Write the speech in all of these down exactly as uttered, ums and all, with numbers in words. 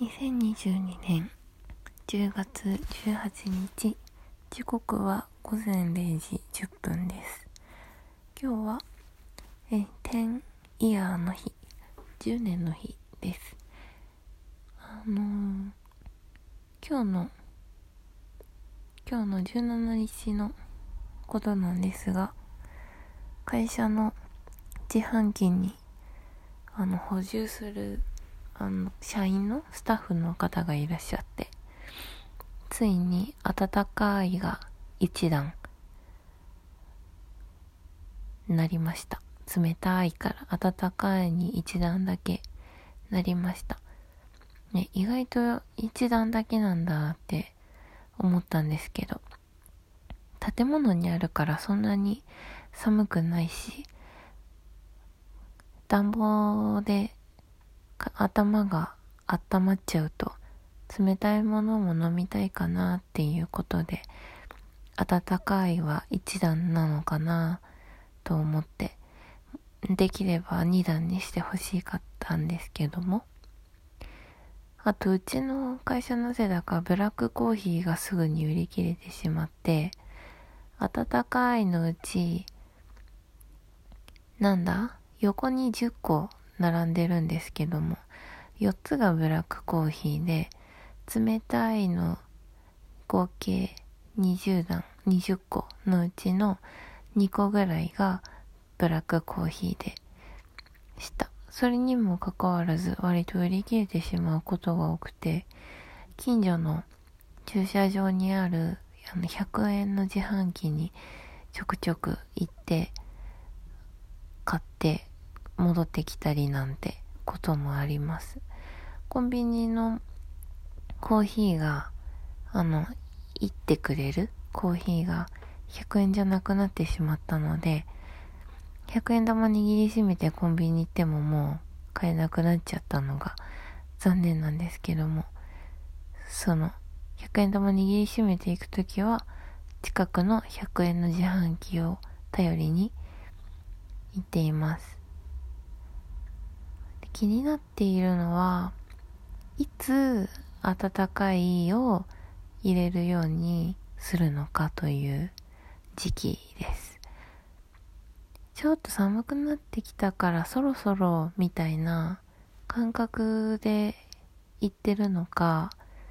にせんにじゅうにねんじゅうがつじゅうはちにち、時刻はごぜんれいじじゅっぷんです。今日はえテンイヤーの日、じゅうねんの日です。あのー、今日の今日のじゅうしちにちのことなんですが、会社の自販機にあの補充するあの社員のスタッフの方がいらっしゃって、ついに温かいが一段なりました。冷たいから温かいに一段だけなりました、ね、意外と一段だけなんだって思ったんですけど、建物にあるからそんなに寒くないし、暖房で頭が温まっちゃうと冷たいものも飲みたいかなっていうことで、温かいは一段なのかなと思って、できれば二段にしてほしかったんですけども、あとうちの会社のせいだかブラックコーヒーがすぐに売り切れてしまって、温かいのうちなんだ横にじゅっこ並んでるんですけども、よっつがブラックコーヒーで、冷たいの合計にじゅうだんにじゅっこのうちのにこぐらいがブラックコーヒーでした。それにもかかわらず割と売り切れてしまうことが多くて、近所の駐車場にあるあのひゃくえんの自販機にちょくちょく行って買って戻ってきたりなんてこともあります。コンビニのコーヒーがあのいってくれるコーヒーがひゃくえんじゃなくなってしまったので、ひゃくえん玉握りしめてコンビニ行ってももう買えなくなっちゃったのが残念なんですけども、そのひゃくえん玉握りしめていくときは近くのひゃくえんの自販機を頼りに行っています。気になっているのは、いつ温かいを入れるようにするのかという時期です。ちょっと寒くなってきたからそろそろみたいな感覚で言ってるのか、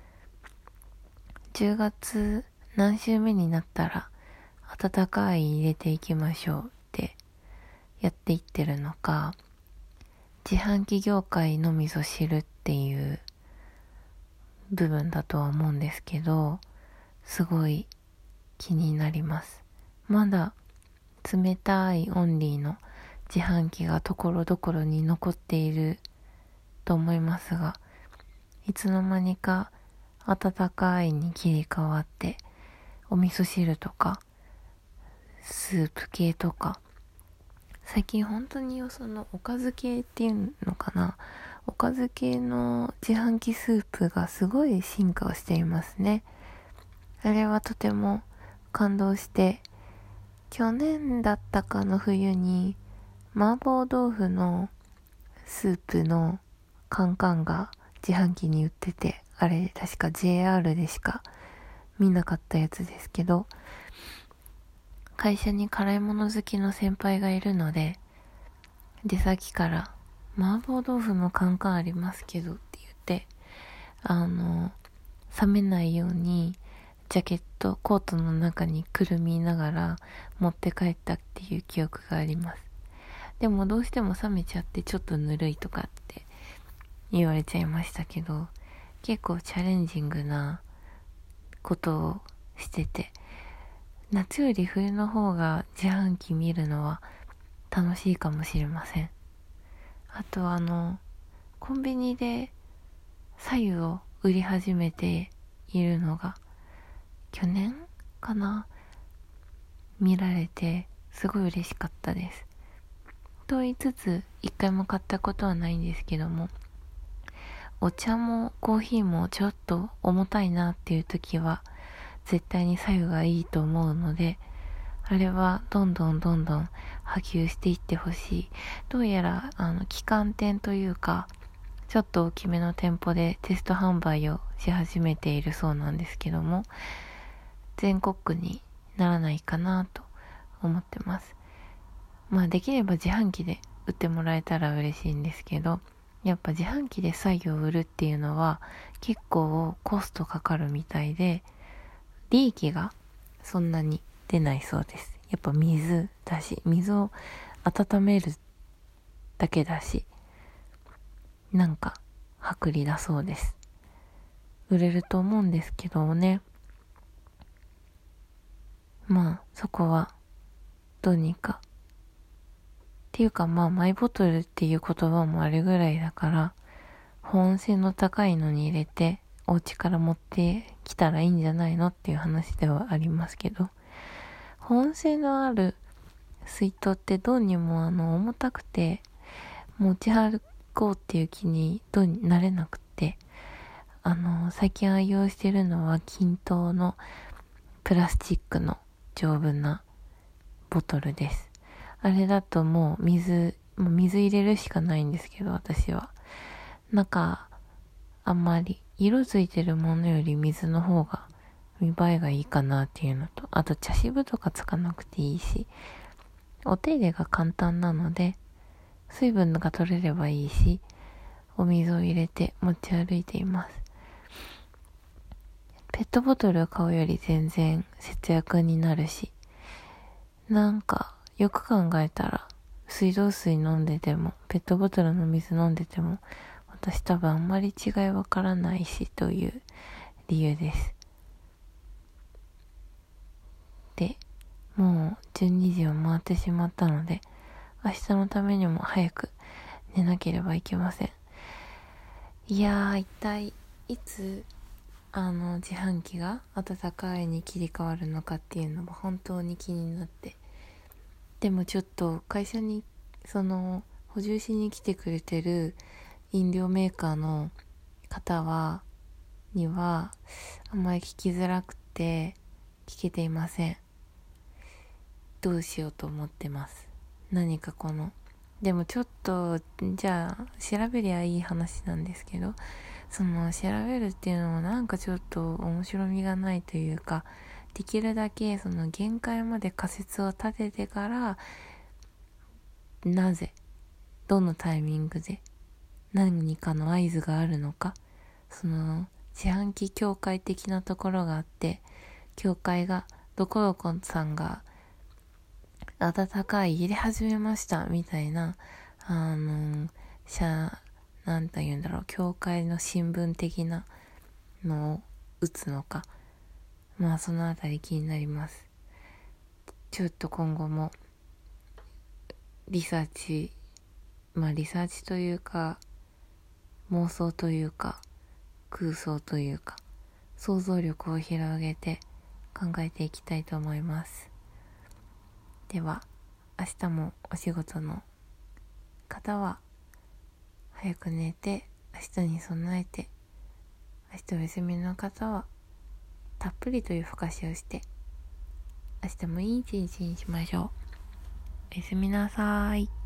じゅうがつ何週目になったら温かい入れていきましょうってやっていってるのか、自販機業界のみぞ知るっていう部分だとは思うんですけど、すごい気になります。まだ冷たいオンリーの自販機がところどころに残っていると思いますが、いつの間にか温かいに切り替わって、お味噌汁とかスープ系とか、最近本当にそのおかず系っていうのかな、おかず系の自販機スープがすごい進化をしていますね。あれはとても感動して、去年だったかの冬に麻婆豆腐のスープのカンカンが自販機に売ってて、あれ確か ジェイアール でしか見なかったやつですけど、会社に辛いもの好きの先輩がいるので、出先から麻婆豆腐のカンカンありますけどって言って、あの冷めないようにジャケットコートの中にくるみながら持って帰ったっていう記憶があります。でもどうしても冷めちゃってちょっとぬるいとかって言われちゃいましたけど、結構チャレンジングなことをしてて、夏より冬の方が自販機見るのは楽しいかもしれません。あとあのコンビニで白湯を売り始めているのが去年かな、見られてすごい嬉しかったです。と言いつつ一回も買ったことはないんですけども、お茶もコーヒーもちょっと重たいなっていう時は絶対に白湯がいいと思うので、あれはどんどんどんどん波及していってほしい。どうやらあの旗艦店というかちょっと大きめの店舗でテスト販売をし始めているそうなんですけども、全国区にならないかなと思ってます。まあできれば自販機で売ってもらえたら嬉しいんですけど、やっぱ自販機で作業を売るっていうのは結構コストかかるみたいで、利益がそんなに出ないそうです。やっぱ水だし、水を温めるだけだし、なんか薄利だそうです。売れると思うんですけどね。まあそこはどうにか。っていうかまあマイボトルっていう言葉もあるぐらいだから、保温性の高いのに入れてお家から持ってきたらいいんじゃないのっていう話ではありますけど、保温性のある水筒ってどうにもあの重たくて持ち歩こうっていう気にどうになれなくて、あの最近愛用してるのは均等のプラスチックの丈夫なボトルです。あれだともう水もう水入れるしかないんですけど、私は中あんまり色ついてるものより水の方が見栄えがいいかなっていうのと、あと茶渋とかつかなくていいし、お手入れが簡単なので水分が取れればいいし、お水を入れて持ち歩いています。ペットボトルを買うより全然節約になるし、なんかよく考えたら水道水飲んでてもペットボトルの水飲んでても私多分あんまり違いわからないしという理由です。で、もうじゅうにじを回ってしまったので、明日のためにも早く寝なければいけません。いやー、一体いつあの自販機が温かいに切り替わるのかっていうのも本当に気になって、でもちょっと会社にその補充しに来てくれてる飲料メーカーの方はにはあんまり聞きづらくて聞けていません。どうしようと思ってます。何かこのでもちょっとじゃあ調べりゃいい話なんですけど、その調べるっていうのもなんかちょっと面白みがないというか、できるだけその限界まで仮説を立ててから、なぜどのタイミングで何かの合図があるのか、その自販機協会的なところがあって、協会がどこどこさんが温かい入れ始めましたみたいな、あの社なんて言うんだろう、協会の新聞的なのを打つのか、まあそのあたり気になります。ちょっと今後もリサーチまあリサーチというか妄想というか空想というか想像力を広げて考えていきたいと思います。では明日もお仕事の方は早く寝て明日に備えて、明日お休みの方はたっぷりと夜更かしをして明日もいい一日にしましょう。おやすみなさーい。